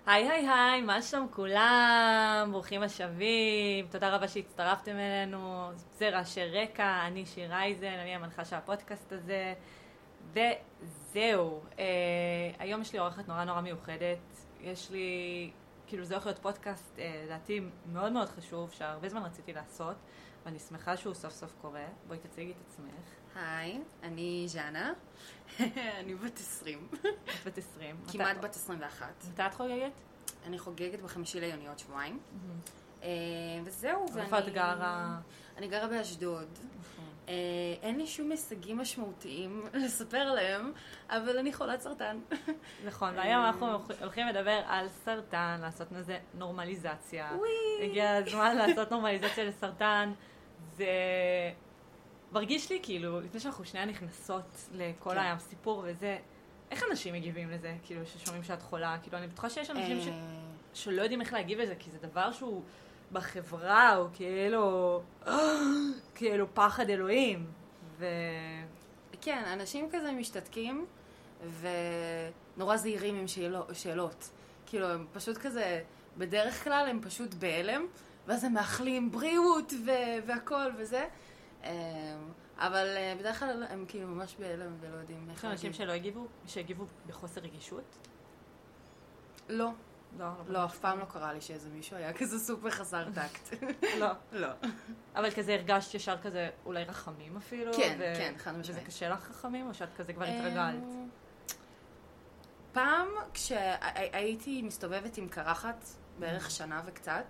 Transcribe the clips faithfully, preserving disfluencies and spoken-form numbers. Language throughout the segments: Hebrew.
היי היי היי, מה שלום כולם? ברוכים השבים, תודה רבה שהצטרפתם אלינו. זה רעשי רקע, אני שיר אייזן, אני המנחה של הפודקאסט הזה. וזהו, אה, היום יש לי עורכת נורא נורא מיוחדת. יש לי, כאילו זה הולך להיות פודקאסט, אה, לדעתי מאוד מאוד חשוב, שהרבה זמן רציתי לעשות, ואני שמחה שהוא סוף סוף קורה. בואי תציגי את עצמך. היי, אני ז'אנה, אני בת עשרים. את בת עשרים. כמעט בת עשרים ואחת. מתי את חוגגת? אני חוגגת בחמישי ליוני עוד שבועיים. וזהו, ואני... איפה את גרה? אני גרה באשדוד. אין לי שום הישגים משמעותיים לספר להם, אבל אני חולת סרטן. נכון, והיום אנחנו הולכים לדבר על סרטן, לעשות לזה נורמליזציה. וואי! הגיע הזמן לעשות נורמליזציה לסרטן. זה מרגיש לי כאילו, לפני שאנחנו שנייה נכנסות לכל הסיפור וזה, איך אנשים מגיבים לזה? כאילו, ששומעים שאת חולה? כאילו, אני בטוחה שיש אנשים ש... שלא יודעים איך להגיב לזה, כי זה דבר שהוא בחברה, הוא כאילו, כאילו פחד אלוהים. ו... כן, אנשים כזה משתתקים, ונורא זהירים עם שאלות, שאלות. כאילו, הם פשוט כזה, בדרך כלל הם פשוט בהלם, ואז הם מאחלים בריאות ו- והכל וזה. אבל בדרך כלל הם כאילו ממש בהלם ולא יודעים איך להגיב. אנשים שלא הגיבו, שהגיבו בחוסר רגישות? לא. לא, לא, אף פעם לא קרה לי שאיזה מישהו היה כזה סופר חסר טקט. לא. לא. אבל כזה הרגשת ישר כזה אולי רחמים אפילו? כן, כן, חד משמעית. וזה קשה לך רחמים או שאת כזה כבר התרגלת? פעם כשהייתי מסתובבת עם קרחת בערך שנה וקצת,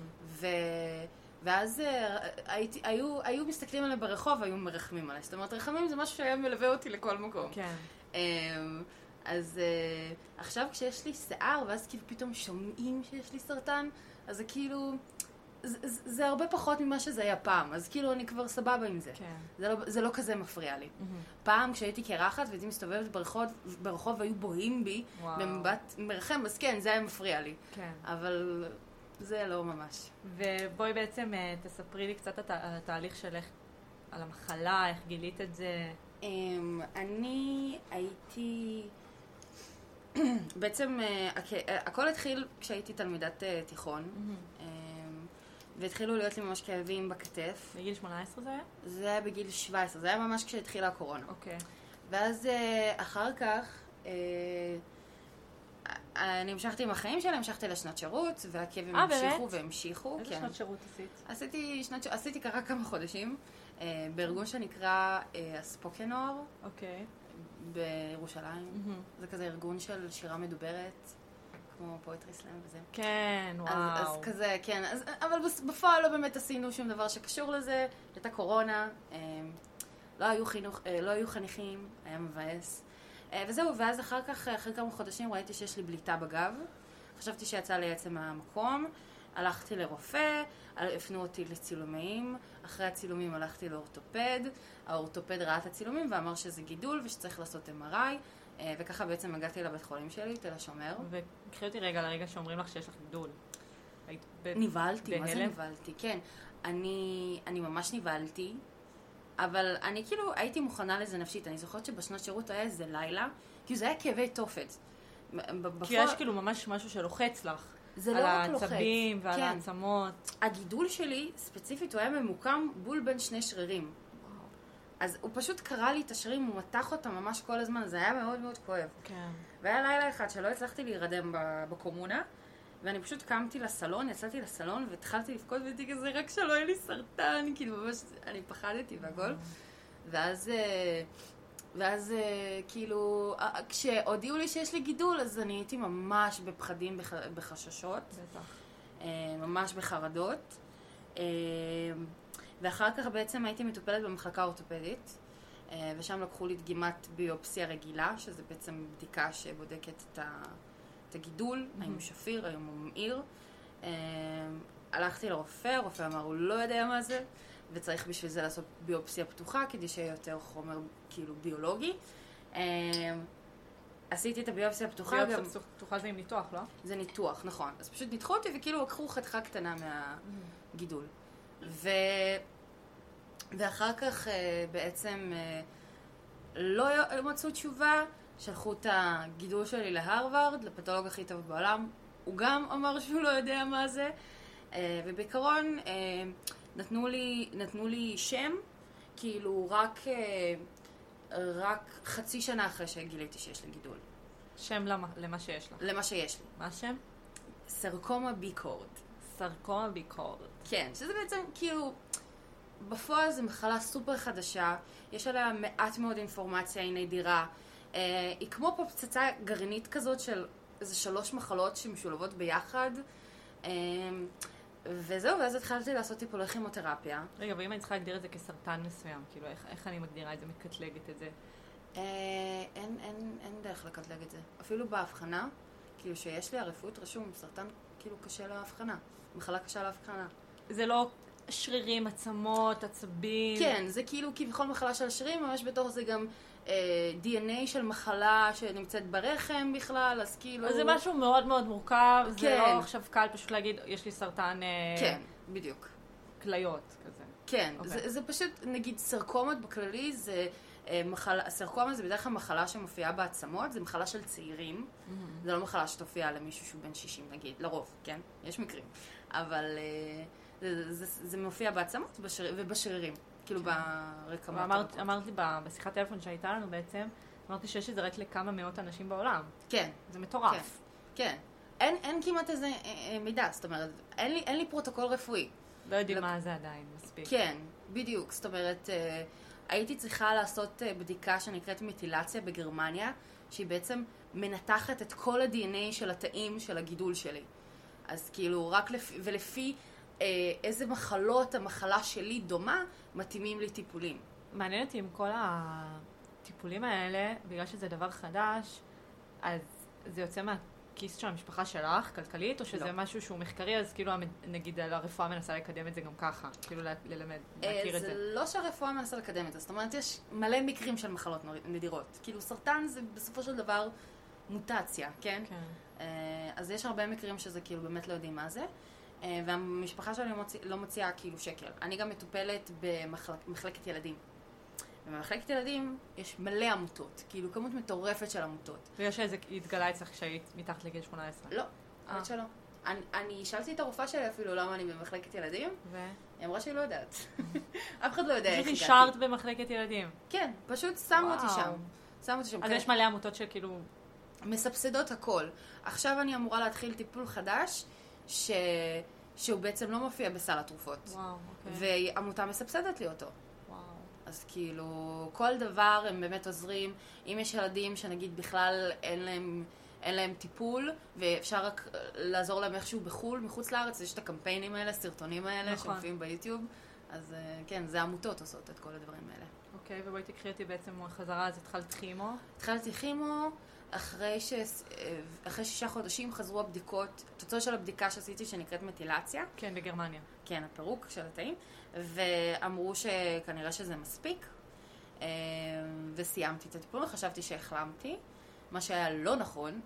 ואז היו מסתכלים עליי ברחוב, היו מרחמים עליי. זאת אומרת, רחמים זה משהו שהיה מלווה אותי לכל מקום. כן. אז uh, עכשיו כשיש לי שיער, ואז כאילו פתאום שומעים שיש לי סרטן, אז זה כאילו, זה, זה, זה הרבה פחות ממה שזה היה פעם, אז כאילו אני כבר סבבה עם זה. כן. זה לא, זה לא כזה מפריע לי. Mm-hmm. פעם כשהייתי קרחת והייתי מסתובבת ברחוב, ברחוב היו בוהים בי, במבט מרחם, אז כן, זה היה מפריע לי. כן. אבל זה לא ממש. ובואי בעצם uh, תספרי לי קצת על התהליך שלך, על המחלה, איך גילית את זה. Um, אני הייתי... בעצם הכל התחיל כשהייתי תלמידת תיכון, והתחילו להיות לי ממש כאבים בכתף. בגיל שמונה עשרה זה היה? זה היה בגיל שבע עשרה, זה היה ממש כשהתחילה הקורונה. אוקיי. ואז אחר כך אני המשכתי עם החיים שלי, המשכתי לשנת שירות, והכאבים המשיכו והמשיכו. איזה שנת שירות עשית? עשיתי שנת שירות, עשיתי ככה כמה חודשים, בארגון שנקרא הספוקן נוער. אוקיי. בירושלים. Mm-hmm. זה כזה ארגון של שירה מדוברת, כמו פואטרי סלאם וזה. כן, וואו. אז, אז כזה, כן. אז, אבל בפועל לא באמת עשינו שום דבר שקשור לזה. הייתה קורונה, אה, לא היו חינוך, אה, לא היו חניכים, היה מבאס. אה, וזהו, ואז אחר כך, אחרי כמה חודשים, ראיתי שיש לי בליטה בגב. חשבתי שיצא לי עצם מהמקום. הלכתי לרופא, הפנו אותי לצילומים, אחרי הצילומים הלכתי לאורתופד, האורתופד ראה את הצילומים ואמר שזה גידול ושצריך לעשות אם אר איי, וככה בעצם הגעתי לבית חולים שלי, תל השומר. וקחי אותי רגע לרגע שאומרים לך שיש לך גידול. נבלתי, מה זה נבלתי? כן, אני, אני ממש נבלתי, אבל אני כאילו הייתי מוכנה לזה נפשית, אני זוכרת שבשנת שירות היה איזה לילה, כאילו זה היה כאבי תופת. כי יש כאילו ממש משהו שלוחץ לך. זה לא רק לוחץ. על העצבים ועל העצמות. הגידול שלי, ספציפית, הוא היה ממוקם בול בין שני שרירים. אז הוא פשוט קרא לי את השרירים, הוא מתח אותם ממש כל הזמן, זה היה מאוד מאוד כואב. כן. והיה לילה אחד שלא הצלחתי להירדם בקומונה, ואני פשוט קמתי לסלון, יצאתי לסלון, והתחלתי לפקוד והייתי כזה, רק שלא יהיה לי סרטן, כאילו ממש, אני פחדתי והכל. ואז... ואז כאילו, כשהודיעו לי שיש לי גידול, אז אני הייתי ממש בפחדים, בחששות. בטח. ממש בחרדות. ואחר כך בעצם הייתי מטופלת במחלקה אורתופדית, ושם לקחו לי דגימת ביופסיה רגילה, שזה בעצם בדיקה שבודקת את הגידול, האם הוא שפיר, האם הוא ממאיר. הלכתי לרופא, הרופא אמר, הוא לא יודע מה זה. וצריך בשביל זה לעשות ביופסיה פתוחה, כדי שיהיה יותר חומר כאילו ביולוגי. עשיתי את הביופסיה הפתוחה. ביופסיה פתוחה זה עם ניתוח, לא? זה ניתוח, נכון. אז פשוט ניתחו אותי וכאילו לקחו חתיכה קטנה מהגידול. ו... ואחר כך בעצם לא מצאו תשובה, שלחו את הגידול שלי להרווארד, לפתולוג הכי טוב בעולם, הוא גם אמר שהוא לא יודע מה זה. ובעיקרון נתנו לי, נתנו לי שם, כאילו רק, רק חצי שנה אחרי שגיליתי שיש לי גידול. שם למה, למה שיש לך? למה שיש לי. מה השם? סרקומה ביקורד. סרקומה ביקורד. כן, שזה בעצם כאילו, בפועל זו מחלה סופר חדשה, יש עליה מעט מאוד אינפורמציה, היא נדירה. אה, היא כמו פה פצצה גרעינית כזאת של איזה שלוש מחלות שמשולבות ביחד. אה, וזהו, ואז התחלתי לעשות טיפולי כימותרפיה. רגע, ואם אני צריכה להגדיר את זה כסרטן מסוים, כאילו, איך, איך אני מגדירה את זה, מקטלגת את זה? אה, אין, אין, אין דרך לקטלג את זה. אפילו בהבחנה, כאילו שיש לי הרפואית רשום, סרטן כאילו קשה להבחנה. מחלה קשה להבחנה. זה לא שרירים, עצמות, עצבים? כן, זה כאילו כביכול מחלה של שרירים, ממש בתוך זה גם אה, די אן איי של מחלה שנמצאת ברחם בכלל, אז כאילו... אז זה משהו מאוד מאוד מורכב, כן. זה לא עכשיו קל פשוט להגיד, יש לי סרטן... אה, כן, בדיוק. כליות כזה. כן, אוקיי. זה, זה פשוט, נגיד, סרקומות בכללי, זה אה, מחלה, סרקומה זה בדרך כלל מחלה שמופיעה בעצמות, זה מחלה של צעירים, mm-hmm. זה לא מחלה שתופיע למישהו שהוא בן שישים נגיד, לרוב, כן? יש מקרים. אבל אה, זה, זה, זה מופיע בעצמות בשיר, ובשרירים, כאילו כן. ברקמות. ואמרת, אמרתי בשיחת טלפון שהייתה לנו בעצם, אמרתי שיש את זה רק לכמה מאות אנשים בעולם. כן. זה מטורף. כן, כן. אין, אין כמעט איזה אה, אה, מידע, זאת אומרת, אין לי, אין לי פרוטוקול רפואי. לא יודעים לק... מה זה עדיין, מספיק. כן, בדיוק. זאת אומרת, אה, הייתי צריכה לעשות אה, בדיקה שנקראת מטילציה בגרמניה, שהיא בעצם מנתחת את כל ה-די אן איי של התאים של הגידול שלי. אז כאילו, רק לפי, ולפי אה, איזה מחלות המחלה שלי דומה, מתאימים לי טיפולים. מעניין אותי עם כל הטיפולים האלה, בגלל שזה דבר חדש, אז זה יוצא מהכיס של המשפחה שלך, כלכלית, או שזה לא. משהו שהוא מחקרי, אז כאילו נגיד הרפואה מנסה לקדם את זה גם ככה, כאילו ללמד, להכיר את זה. זה לא שהרפואה מנסה לקדם את זה, זאת אומרת יש מלא מקרים של מחלות נדירות. כאילו סרטן זה בסופו של דבר מוטציה, כן? כן. אז יש הרבה מקרים שזה כאילו באמת לא יודעים מה זה. והמשפחה שלי לא מוציאה כאילו שקל. אני גם מטופלת במחלקת ילדים. ובמחלקת ילדים יש מלא עמותות, כאילו כמות מטורפת של עמותות. בגלל שזה התגלה אצלך כשהיית מתחת לגיל שמונה עשרה? לא, האמת שלא. אני, אני שאלתי את הרופאה שלי אפילו למה אני במחלקת ילדים. ו? היא אמרה שהיא לא יודעת. אף אחד לא יודע איך הגעתי. פשוט נשארת במחלקת ילדים? כן, פשוט שמו אותי שם. שמו אותי שם. אז יש מלא עמותות שכאילו... מסבסדות הכל. עכשיו אני אמורה להתחיל טיפול חדש, ש... שהוא בעצם לא מופיע בסל התרופות. וואו, אוקיי. ועמותה מסבסדת לי אותו. וואו. אז כאילו, כל דבר הם באמת עוזרים. אם יש ילדים שנגיד בכלל אין להם, אין להם טיפול, ואפשר רק לעזור להם איכשהו בחול, מחוץ לארץ, יש את הקמפיינים האלה, סרטונים האלה, נכון. שמופיעים ביוטיוב. אז כן, זה עמותות עושות את כל הדברים האלה. אוקיי, ובואי תקחי אותי בעצם חזרה, אז התחלת כימו? התחלתי כימו, אחרי, ש... אחרי שישה חודשים חזרו הבדיקות, תוצאות של הבדיקה שעשיתי שנקראת מטילציה. כן, בגרמניה. כן, הפירוק של התאים. ואמרו שכנראה שזה מספיק. וסיימתי את הטיפול, וחשבתי שהחלמתי, מה שהיה לא נכון.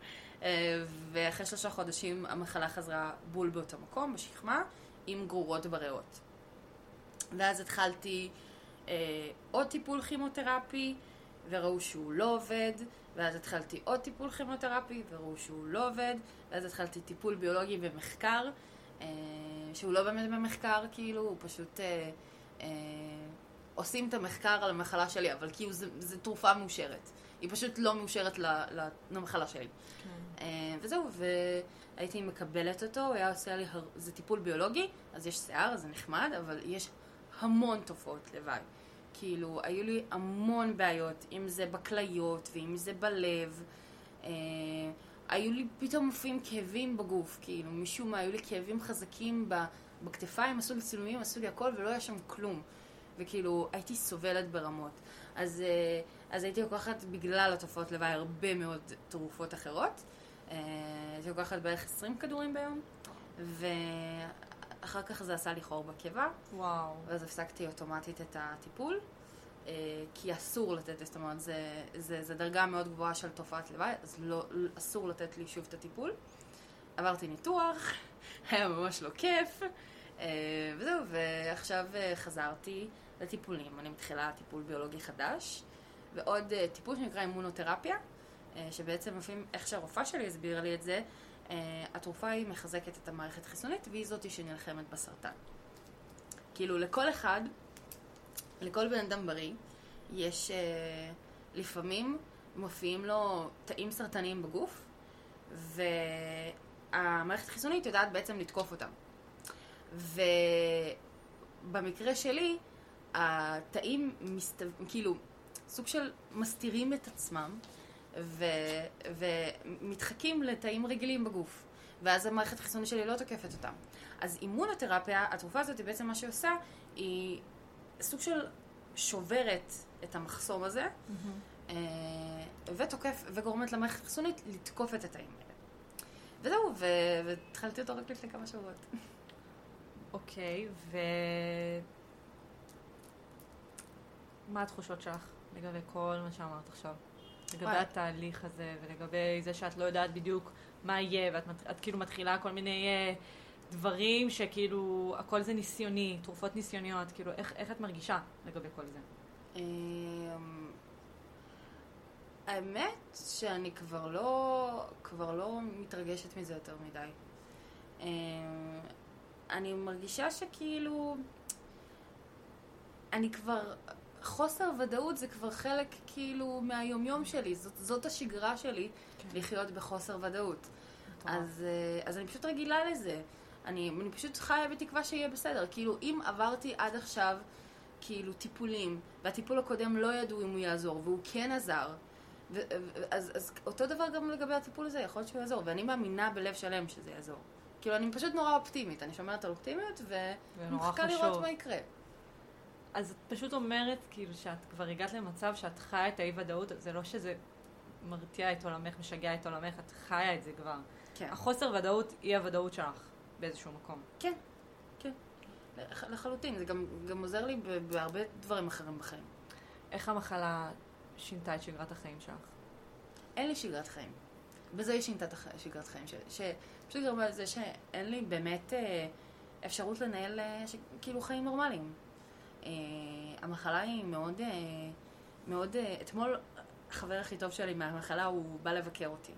ואחרי שלושה חודשים המחלה חזרה בול באותו מקום, בשכמה, עם גרורות בריאות. ואז התחלתי אה, עוד טיפול כימותרפי, וראו שהוא לא עובד, ואז התחלתי עוד טיפול כימותרפי, וראו שהוא לא עובד, ואז התחלתי טיפול ביולוגי במחקר, אה, שהוא לא באמת במחקר, כאילו, הוא פשוט אה, אה, עושים את המחקר על המחלה שלי, אבל כאילו זה, זה תרופה מאושרת. היא פשוט לא מאושרת למחלה שלי. כן. אה, וזהו, והייתי מקבלת אותו, הוא היה עושה לי, הר... זה טיפול ביולוגי, אז יש שיער, זה נחמד, אבל יש המון תופעות לוואי. כאילו, היו לי המון בעיות, אם זה בכליות ואם זה בלב. אה, היו לי פתאום מופיעים כאבים בגוף, כאילו, משום מה, היו לי כאבים חזקים בכתפיים, עשו לי צילומים, עשו לי הכל, ולא היה שם כלום. וכאילו, הייתי סובלת ברמות. אז, אה, אז הייתי לוקחת, בגלל התופעות לוואי, הרבה מאוד תרופות אחרות. אה, הייתי לוקחת בערך עשרים כדורים ביום, ו... אחר כך זה עשה לי חור בקיבה. וואו. ואז הפסקתי אוטומטית את הטיפול, כי אסור לתת, זאת אומרת, זה, זה, זה דרגה מאוד גבוהה של תופעת לוואי, אז לא, אסור לתת לי שוב את הטיפול. עברתי ניתוח, היה ממש לא כיף, וזהו, ועכשיו חזרתי לטיפולים. אני מתחילה טיפול ביולוגי חדש, ועוד טיפול שנקרא אימונותרפיה, שבעצם לפעמים איך שהרופאה שלי הסבירה לי את זה, התרופה היא מחזקת את המערכת החיסונית, והיא זאתי שנלחמת בסרטן. כאילו, לכל אחד, לכל בן אדם בריא, יש לפעמים מופיעים לו תאים סרטניים בגוף, והמערכת החיסונית יודעת בעצם לתקוף אותם. ובמקרה שלי, התאים מסתו... כאילו, סוג של מסתירים את עצמם, ו... ומתחקים לתאים רגילים בגוף. ואז המערכת החיסונית שלי לא תוקפת אותם. אז אימונותרפיה, התרופה הזאת היא בעצם מה שהיא עושה, היא סוג של שוברת את המחסום הזה, mm-hmm. ותוקף, וגורמת למערכת החיסונית לתקוף את התאים האלה. וזהו, ו... והתחלתי אותו רק לפני כמה שבועות. אוקיי, ו... מה התחושות שלך לגבי כל מה שאמרת עכשיו? לגבי וואי. התהליך הזה, ולגבי זה שאת לא יודעת בדיוק מה יהיה, ואת את כאילו מתחילה כל מיני uh, דברים שכאילו, הכל זה ניסיוני, תרופות ניסיוניות, כאילו, איך, איך את מרגישה לגבי כל זה? האמת שאני כבר לא, כבר לא מתרגשת מזה יותר מדי. אני מרגישה שכאילו, אני כבר, חוסר ודאות זה כבר חלק כאילו מהיומיום שלי, זאת, זאת השגרה שלי, כן. לחיות בחוסר ודאות. אז, אז אני פשוט רגילה לזה. אני, אני פשוט חיה בתקווה שיהיה בסדר. כאילו, אם עברתי עד עכשיו, כאילו, טיפולים, והטיפול הקודם לא ידעו אם הוא יעזור, והוא כן עזר, ו, אז, אז אותו דבר גם לגבי הטיפול הזה, יכול להיות שהוא יעזור, ואני מאמינה בלב שלם שזה יעזור. כאילו, אני פשוט נורא אופטימית. אני שומרת על אופטימיות, ומחכה לראות מה יקרה. אז את פשוט אומרת, כאילו, שאת כבר הגעת למצב שאת חיה את האי-ודאות, זה לא שזה מרתיע את עולמך, משגע את עולמך, את חיה את זה כבר. כן. החוסר ודאות היא הוודאות שלך באיזשהו מקום. כן, כן. לחלוטין. זה גם, גם עוזר לי בהרבה דברים אחרים בחיים. איך המחלה שינתה את שגרת החיים שלך? אין לי שגרת חיים. בזה היא שינתה את שגרת חיים שלי. שפשוט גרמה לזה שאין לי באמת אפשרות לנהל כאילו חיים נורמליים. המחלה היא מאוד, מאוד, אתמול החבר הכי טוב שלי מהמחלה, הוא בא לבקר אותי.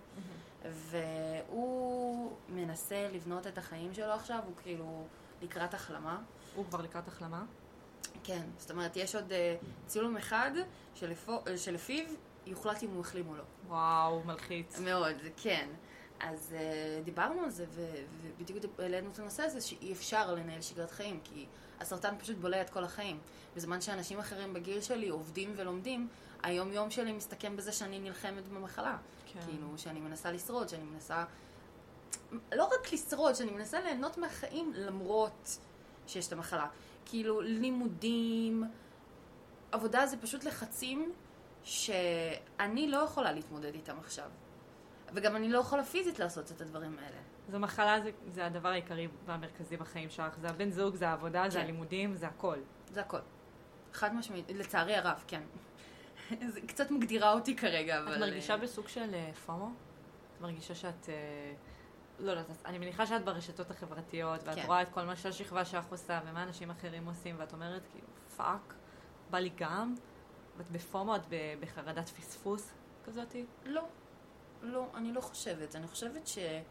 והוא מנסה לבנות את החיים שלו עכשיו, הוא כאילו לקראת החלמה. הוא כבר לקראת החלמה? כן, זאת אומרת, יש עוד צילום אחד שלפו, שלפיו יוחלט אם הוא החלים או לא. וואו, מלחיץ. מאוד, כן. אז uh, דיברנו על זה, ו- ובדיוק העלינו את הנושא הזה, שאי אפשר לנהל שגרת חיים, כי הסרטן פשוט בולע את כל החיים. בזמן שאנשים אחרים בגיל שלי עובדים ולומדים, היום יום שלי מסתכם בזה שאני נלחמת במחלה. כן. כאילו, שאני מנסה לשרוד, שאני מנסה... לא רק לשרוד, שאני מנסה ליהנות מהחיים למרות שיש את המחלה. כאילו, לימודים, עבודה זה פשוט לחצים שאני לא יכולה להתמודד איתם עכשיו. וגם אני לא יכולה פיזית לעשות את הדברים האלה. זו מחלה, זה, זה הדבר העיקרי והמרכזי בחיים שלך. זה הבן זוג, זה העבודה, כן. זה הלימודים, זה הכל. זה הכל. חד משמעית, לצערי הרב, כן. זה קצת מגדירה אותי כרגע, אבל... את מרגישה בסוג של פומו? את מרגישה שאת... לא יודעת, אני מניחה שאת ברשתות החברתיות, ואת כן. רואה את כל מה שהשכבה שלך עושה, ומה אנשים אחרים עושים, ואת אומרת, כאילו, פאק, בא לי גם, ואת בפומו, את בחרדת פספוס כזאת? לא. לא, אני לא חושבת. אני חושבת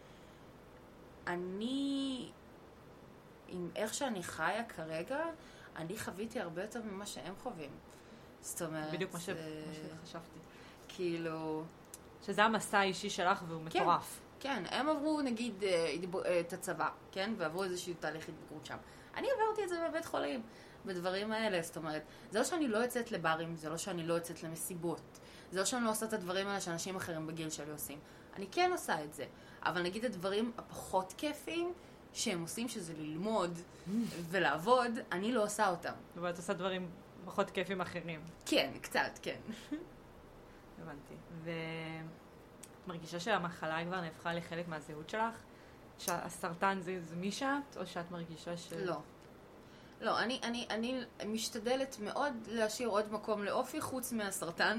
שאני, עם איך שאני חיה כרגע, אני חוויתי הרבה יותר ממה שהם חווים. זאת אומרת... בדיוק מה שחשבתי. כאילו... שזה המסע האישי שלך והוא מטורף. כן, הם עברו נגיד את הצבא, כן? ועברו איזשהו תהליך התבגרות שם. אני עברתי את זה בבית חולים, בדברים האלה. זאת אומרת, זה לא שאני לא יוצאת לברים, זה לא שאני לא יוצאת למסיבות. זה לא שאני לא עושה את הדברים האלה שאנשים אחרים בגיל שלי עושים. אני כן עושה את זה. אבל נגיד הדברים הפחות כיפים שהם עושים, שזה ללמוד ולעבוד, אני לא עושה אותם. אבל את עושה דברים פחות כיפים אחרים. כן, קצת, כן. הבנתי. ואת מרגישה שהמחלה כבר נהפכה לחלק מהזהות שלך? שהסרטן זה, זה מי שאת? או שאת מרגישה ש... לא. לא, אני, אני, אני משתדלת מאוד להשאיר עוד מקום לאופי חוץ מהסרטן.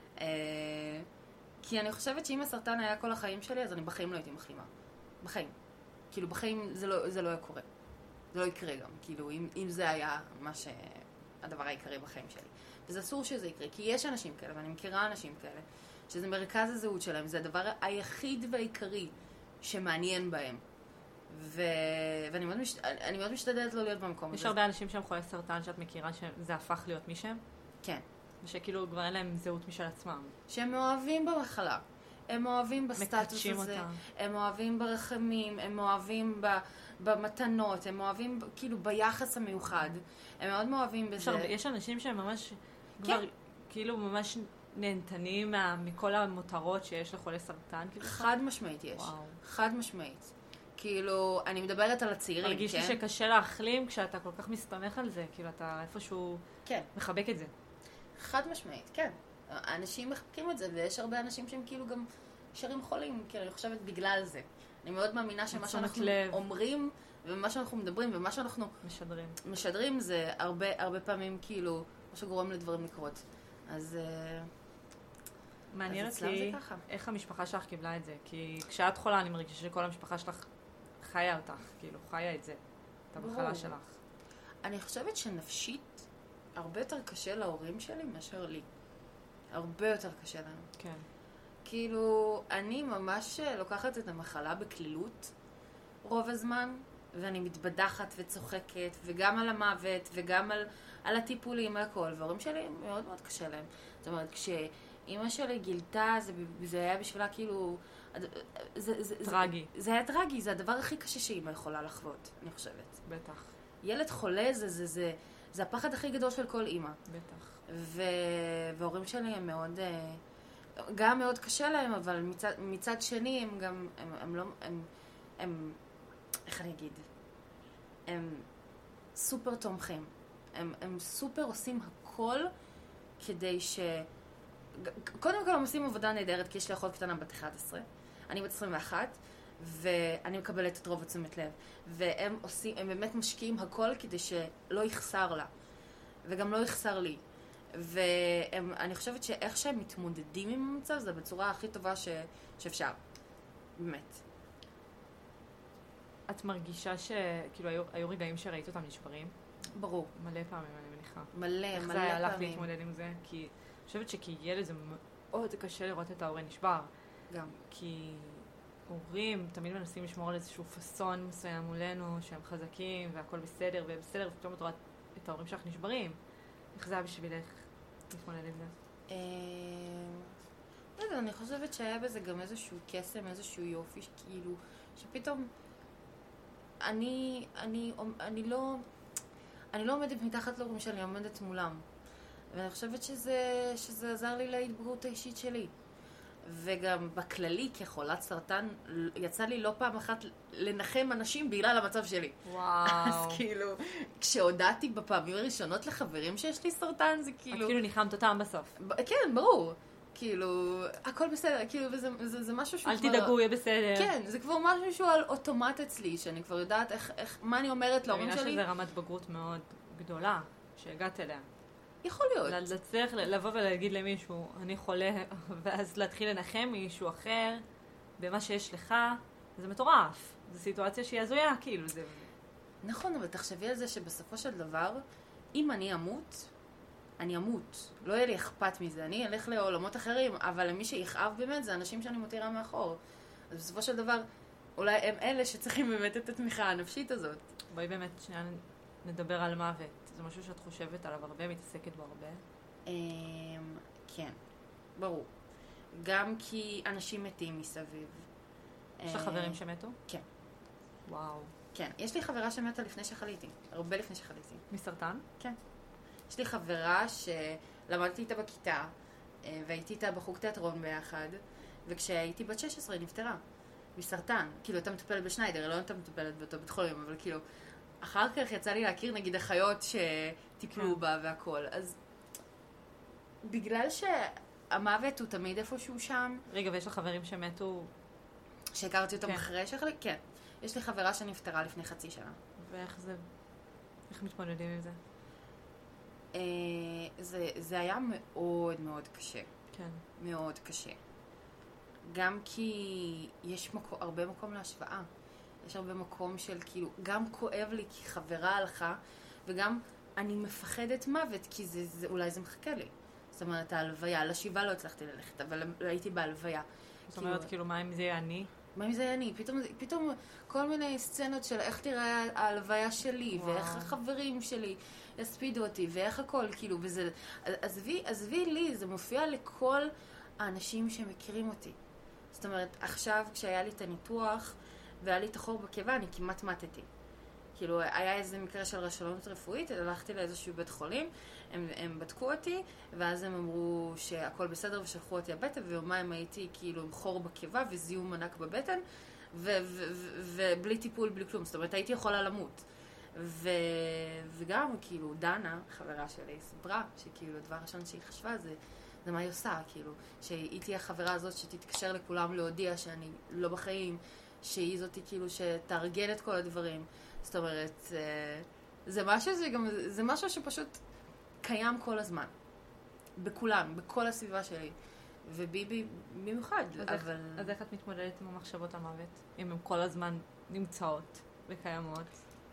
כי אני חושבת שאם הסרטן היה כל החיים שלי, אז אני בחיים לא הייתי מחלימה. בחיים. כאילו, בחיים זה לא, זה לא היה קורה. זה לא יקרה גם. כאילו, אם, אם זה היה מה ש... הדבר העיקרי בחיים שלי. וזה אסור שזה יקרה, כי יש אנשים כאלה, ואני מכירה אנשים כאלה, שזה מרכז הזהות שלהם, זה הדבר היחיד והעיקרי שמעניין בהם. ו... ואני מאוד, מש... אני מאוד משתדלת לא להיות במקום הזה. יש הרבה אנשים שהם חולי סרטן שאת מכירה שזה הפך להיות מי שהם? כן. ושכאילו כבר אין להם זהות משל עצמם. שהם אוהבים במחלה. הם אוהבים בסטטוס הזה. אותה. הם אוהבים ברחמים, הם אוהבים ב... במתנות, הם אוהבים כאילו ביחס המיוחד. הם מאוד מאוהבים בזה. יש, יש אנשים שהם ממש כן. כבר כאילו ממש נהנתנים מה... מכל המותרות שיש לחולי סרטן. כאילו חד משמעית יש. וואו. חד משמעית. כאילו, אני מדברת על הצעירים, כן? מרגיש לי שקשה להחלים כשאתה כל כך מסתמך על זה. כאילו, אתה איפשהו כן. מחבק את זה. חד משמעית, כן. אנשים מחבקים את זה, ויש הרבה אנשים שהם כאילו גם שרים חולים, כי אני חושבת בגלל זה. אני מאוד מאמינה שמה שאנחנו לב. אומרים, ומה שאנחנו מדברים, ומה שאנחנו משדרים. משדרים, זה הרבה, הרבה פעמים כאילו, מה שגורם לדברים לקרות. אז... מעניין אז אצלם אותי זה ככה. איך המשפחה שלך קיבלה את זה. כי כשאת חולה אני מרגישה שכל המשפחה שלך חיה אותך, כאילו, חיה את זה. את המחלה ברור. שלך. אני חושבת שנפשית הרבה יותר קשה להורים שלי מאשר לי. הרבה יותר קשה להם. כן. כאילו, אני ממש לוקחת את המחלה בכלילות רוב הזמן, ואני מתבדחת וצוחקת, וגם על המוות, וגם על, על הטיפולים, על הכל. וההורים שלי מאוד מאוד קשה להם. זאת אומרת, כשאימא שלי גילתה, זה, זה היה בשבילה כאילו... זה, זה, טרגי. זה, זה היה טרגי, זה הדבר הכי קשה שאימא יכולה לחוות, אני חושבת. בטח. ילד חולה זה, זה, זה, זה הפחד הכי גדול של כל אימא. בטח. ו... וההורים שלי הם מאוד... גם מאוד קשה להם, אבל מצד, מצד שני הם גם... הם, הם לא... הם, הם... איך אני אגיד? הם סופר תומכים. הם, הם סופר עושים הכל כדי ש... קודם כל הם עושים עבודה נהדרת, כי יש לי אחות קטנה בת אחת עשרה. אני בת עשרים ואחת, ואני מקבלת את רוב התשומת לב. והם עושים... הם באמת משקיעים הכל כדי שלא יחסר לה. וגם לא יחסר לי. ואני חושבת שאיך שהם מתמודדים עם המצב זה בצורה הכי טובה ש... שאפשר. באמת. את מרגישה שכאילו היו, היו רגעים שראית אותם נשברים? ברור. מלא פעמים, אני מניחה. מלא, מלא פעמים. איך זה היה לך להתמודד עם זה? כי אני חושבת שכילד זה מאוד קשה לראות את ההורה נשבר. גם. כי הורים תמיד מנסים לשמור על איזשהו פסון מסוים מולנו, שהם חזקים והכל בסדר, ובסדר, ופתאום את רואה את ההורים שלך נשברים. איך זה היה בשבילך להתמודד עם זה? לא יודע, אני חושבת שהיה בזה גם איזשהו קסם, איזשהו יופי, כאילו, שפתאום אני, אני, אני לא, אני לא עומדת מתחת להורים שלי, אני עומדת מולם. ואני חושבת שזה, שזה עזר לי להתבגרות האישית שלי. וגם בכללי, כחולת סרטן, יצא לי לא פעם אחת לנחם אנשים בגלל המצב שלי. וואו. אז כאילו, כשהודעתי בפעמים הראשונות לחברים שיש לי סרטן, זה כאילו... את כאילו ניחמת אותם בסוף. כן, ברור. כאילו, הכל בסדר, כאילו, וזה, זה, זה משהו שהוא אל כבר... תדאגו, יהיה בסדר. כן, זה כבר משהו שהוא על אוטומט אצלי, שאני כבר יודעת איך, איך, מה אני אומרת להורים שלי. אני מבינה שזה רמת בגרות מאוד גדולה, שהגעת אליה. יכול להיות. לצליח לבוא ולהגיד למישהו, אני חולה, ואז להתחיל לנחם מישהו אחר, במה שיש לך, זה מטורף. זו סיטואציה שהיא הזויה, כאילו, זה... נכון, אבל תחשבי על זה שבסופו של דבר, אם אני אמות, אני אמות. לא יהיה לי אכפת מזה. אני אלך לעולמות אחרים, אבל למי שיכאב באמת זה אנשים שאני מותירה מאחור. אז בסופו של דבר, אולי הם אלה שצריכים באמת את התמיכה הנפשית הזאת. בואי באמת שנייה נדבר על מוות. זה משהו שאת חושבת עליו הרבה, מתעסקת בו הרבה? כן, ברור. גם כי אנשים מתים מסביב. יש לך חברים שמתו? כן. וואו. כן, יש לי חברה שמתה לפני שחליתי. הרבה לפני שחליתי. מסרטן? כן. יש לי חברה שלמדתי איתה בכיתה, והייתי איתה בחוג תיאטרון ביחד, וכשהייתי בת שש עשרה היא נפטרה. מסרטן. כאילו, הייתה מטופלת בשניידר, לא הייתה מטופלת באותו בית חולים, אבל כאילו, אחר כך יצא לי להכיר נגיד אחיות שטיפלו כן. בה והכל. אז בגלל שהמוות הוא תמיד איפשהו שם. רגע, ויש לך חברים שמתו? שהכרתי אותם כן. אחרי שחליתי? כן. יש לי חברה שנפטרה לפני חצי שנה. ואיך זה... איך מתמודדים עם זה? זה, זה היה מאוד מאוד קשה. כן. מאוד קשה. גם כי יש מקום, הרבה מקום להשוואה. יש הרבה מקום של כאילו, גם כואב לי כי חברה הלכה, וגם אני מפחדת מוות כי זה, זה, אולי זה מחכה לי. זאת אומרת, ההלוויה, לשבעה לא הצלחתי ללכת, אבל הייתי בהלוויה. זאת אומרת, כאילו, מה אם זה יהיה אני? מה אם זה היה אני? פתאום, פתאום כל מיני סצנות של איך תראה ההלוויה שלי, וואו. ואיך החברים שלי יספידו אותי, ואיך הכל, כאילו, וזה... עזבי, עזבי לי, זה מופיע לכל האנשים שמכירים אותי. זאת אומרת, עכשיו כשהיה לי את הניתוח, והיה לי את החור בקיבה, אני כמעט מתתי. כאילו, היה איזה מקרה של רשלנות רפואית, הלכתי לאיזשהו בית חולים, הם, הם בדקו אותי, ואז הם אמרו שהכל בסדר ושלחו אותי הביתה, ויומיים הייתי כאילו עם חור בקיבה וזיהום ענק בבטן, ו- ו- ו- ובלי טיפול, בלי כלום. זאת אומרת, הייתי יכולה למות. ו- וגם, כאילו, דנה, חברה שלי, סיפרה, שכאילו, הדבר ראשון שהיא חשבה זה, זה מה היא עושה, כאילו, שהיא תהיה החברה הזאת שתתקשר לכולם להודיע שאני לא בחיים, שהיא זאתי כאילו שתארגן את כל הדברים. זאת אומרת, זה משהו, זה גם, זה משהו שפשוט קיים כל הזמן. בכולם, בכל הסביבה שלי. וביבי במיוחד, אז אבל... איך, אז איך את מתמודדת עם המחשבות המוות? אם הן כל הזמן נמצאות וקיימות?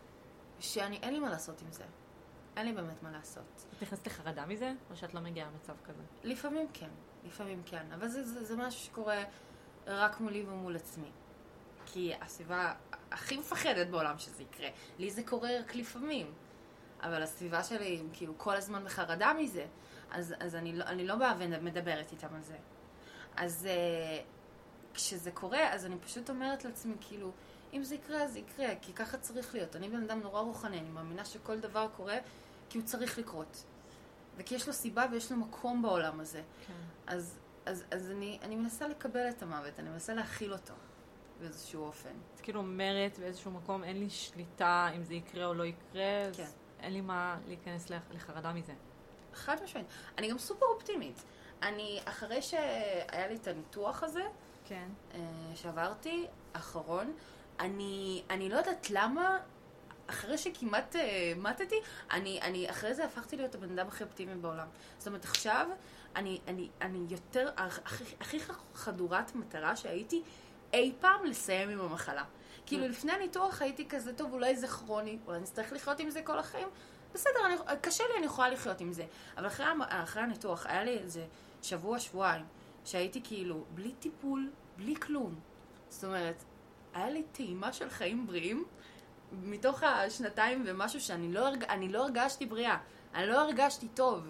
שאני, אין לי מה לעשות עם זה. אין לי באמת מה לעשות. את נכנסת לחרדה מזה? או שאת לא מגיעה למצב כזה? לפעמים כן, לפעמים כן. אבל זה, זה, זה משהו שקורה רק מולי ומול עצמי. כי הסביבה הכי מפחדת בעולם שזה יקרה. לי זה קורה רק לפעמים. אבל הסביבה שלי, כאילו, כל הזמן בחרדה מזה. אז, אז אני, לא, אני לא באה ומדברת איתם על זה. אז uh, כשזה קורה, אז אני פשוט אומרת לעצמי, כאילו, אם זה יקרה, אז זה יקרה, כי ככה צריך להיות. אני בן אדם נורא רוחני, אני מאמינה שכל דבר קורה כי הוא צריך לקרות. וכי יש לו סיבה ויש לו מקום בעולם הזה. כן. אז, אז, אז אני, אני מנסה לקבל את המוות, אני מנסה להכיל אותו באיזשהו אופן. את כאילו אומרת באיזשהו מקום, אין לי שליטה אם זה יקרה או לא יקרה, אז כן. אין לי מה להיכנס לחרדה מזה. חד משמעית. אני גם סופר אופטימית. אני, אחרי שהיה לי את הניתוח הזה, כן. שעברתי, אחרון, אני, אני לא יודעת למה, אחרי שכמעט uh, מתתי, אני, אני, אחרי זה הפכתי להיות הבן אדם הכי אופטימי בעולם. זאת אומרת, עכשיו, אני, אני, אני יותר, הכי, הכי חדורת מטרה שהייתי אי פעם לסיים עם המחלה. כאילו, לפני הניתוח הייתי כזה, טוב, אולי זה כרוני, אולי נצטרך לחיות עם זה כל החיים. בסדר, אני, קשה לי, אני יכולה לחיות עם זה. אבל אחרי, אחרי הניתוח, היה לי איזה שבוע, שבועיים, שהייתי כאילו, בלי טיפול, בלי כלום. זאת אומרת, היה לי טעימה של חיים בריאים, מתוך השנתיים ומשהו שאני לא, הרג... אני לא הרגשתי בריאה. אני לא הרגשתי טוב.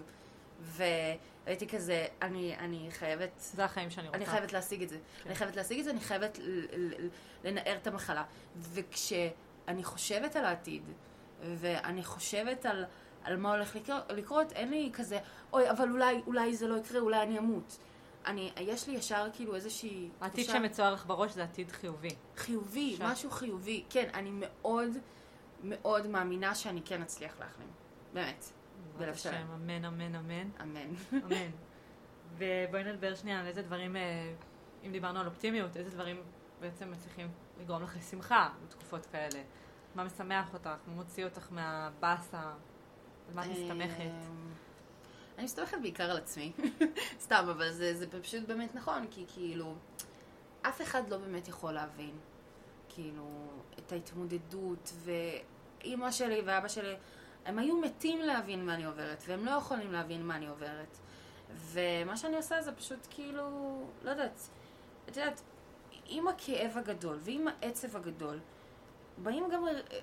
והייתי כזה, אני, אני חייבת... זה החיים שאני רוצה. אני חייבת להשיג את זה. כן. אני חייבת להשיג את זה, אני חייבת לנער את המחלה. וכשאני חושבת על העתיד, ואני חושבת על, על מה הולך לקרות, אין לי כזה, אוי, אבל אולי, אולי זה לא יקרה, אולי אני אמות. אני, יש לי ישר כאילו איזושהי... העתיד שמצואר לך בראש זה עתיד חיובי. חיובי, שם. משהו חיובי. כן, אני מאוד, מאוד מאמינה שאני כן אצליח להחלים. באמת. בלב שלם. אמן, אמן, אמן. אמן. אמן. ובואי נדבר שנייה על איזה דברים, אם דיברנו על אופטימיות, איזה דברים בעצם מצליחים לגרום לך לשמחה בתקופות כאלה. מה משמח אותך? מה מוציא אותך מהבאסה? על מה את מסתמכת? אני מסתמכת בעיקר על עצמי. סתם, אבל זה, זה פשוט באמת נכון, כי כאילו, אף אחד לא באמת יכול להבין, כאילו, את ההתמודדות, ואמא שלי ואבא שלי, הם היו מתים להבין מה אני עוברת, והם לא יכולים להבין מה אני עוברת. ומה שאני עושה זה פשוט כאילו, לא יודעת, את יודעת, עם הכאב הגדול ועם העצב הגדול, באים גם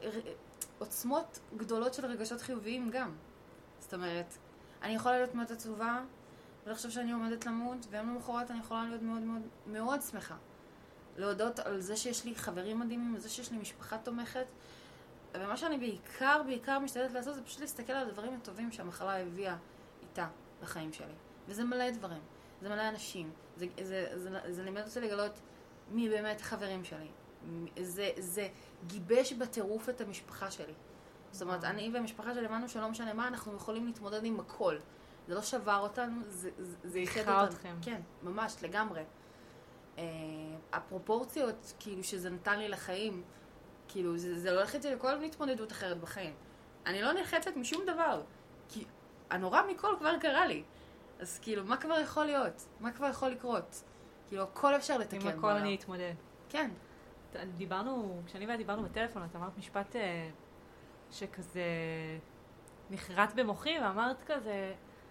עוצמות גדולות של רגשות חיוביים גם. זאת אומרת, אני יכולה להיות מאוד עצובה, ולחשוב שאני עומדת למות, ויום למחרת אני יכולה להיות מאוד מאוד מאוד שמחה. להודות על זה שיש לי חברים מדהימים, על זה שיש לי משפחה תומכת, ומה שאני בעיקר, בעיקר משתדלת לעשות, זה פשוט להסתכל על הדברים הטובים שהמחלה הביאה איתה בחיים שלי. וזה מלא דברים, זה מלא אנשים, זה, זה, זה, זה, זה לימד אותי לגלות מי באמת החברים שלי. זה, זה גיבש בטירוף את המשפחה שלי. זאת אומרת, אני והמשפחה שלי אמרנו שלא משנה מה, אנחנו יכולים להתמודד עם הכל. זה לא שבר אותנו, זה, זה, זה איחד אתכם. כן, ממש, לגמרי. Uh, הפרופורציות, כאילו, שזה נתן לי לחיים, כאילו, זה, זה לא הולכת לכל התמודדות אחרת בחיים. אני לא נחצת משום דבר, כי הנורא מכל כבר קרה לי. אז כאילו, מה כבר יכול להיות? מה כבר יכול לקרות? כאילו, הכל אפשר לתקן בעולם. עם הכל אני אתמודד. כן. דיברנו, כשאני ואת דיברנו בטלפון, את אמרת משפט שכזה נחרט במוחי, ואמרת כזה,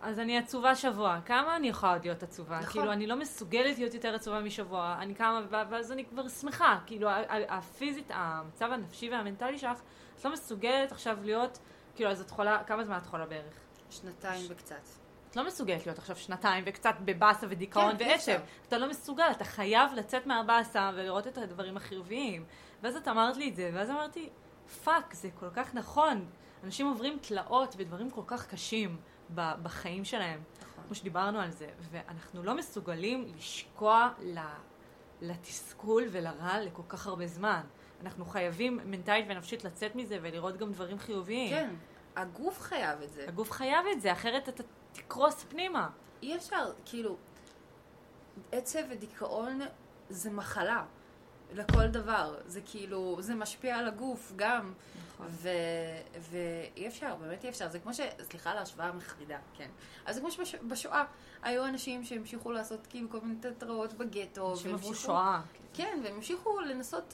אז אני עצובה שבוע. כמה אני יכולה עוד להיות עצובה? נכון. כאילו, אני לא מסוגלת להיות יותר עצובה משבוע. אני קמה, ואז אני כבר שמחה. כאילו, הפיזית, המצב הנפשי והמנטלי שלך, את לא מסוגלת עכשיו להיות, כאילו, אז את חולה, כמה זמן את חולה בערך? שנתיים וקצת. את לא מסוגלת להיות עכשיו שנתיים וקצת בבאסה ודיכאון כן, ועצב. אתה לא מסוגל, אתה חייב לצאת מהבאסה ולראות את הדברים החיוביים. ואז את אמרת לי את זה, ואז אמרתי, פאק, זה כל כך נכון. אנשים עוברים תלאות ודברים כל כך קשים בחיים שלהם. נכון. כמו שדיברנו על זה. ואנחנו לא מסוגלים לשקוע לתסכול ולרע לכל כך הרבה זמן. אנחנו חייבים מנטלית ונפשית לצאת מזה ולראות גם דברים חיוביים. כן, הגוף חייב את זה. הגוף חייב את זה, אחרת אתה תקרוס פנימה. אי אפשר, כאילו, עצב ודיכאון זה מחלה לכל דבר. זה כאילו, זה משפיע על הגוף גם. נכון. ו... ואי אפשר, באמת אי אפשר. זה כמו ש... סליחה על ההשוואה המחרידה, כן. אז זה כמו שבשואה היו אנשים שהמשיכו לעשות כאילו כל מיני תיאטראות בגטו. אנשים עברו שואה. כן, והם המשיכו לנסות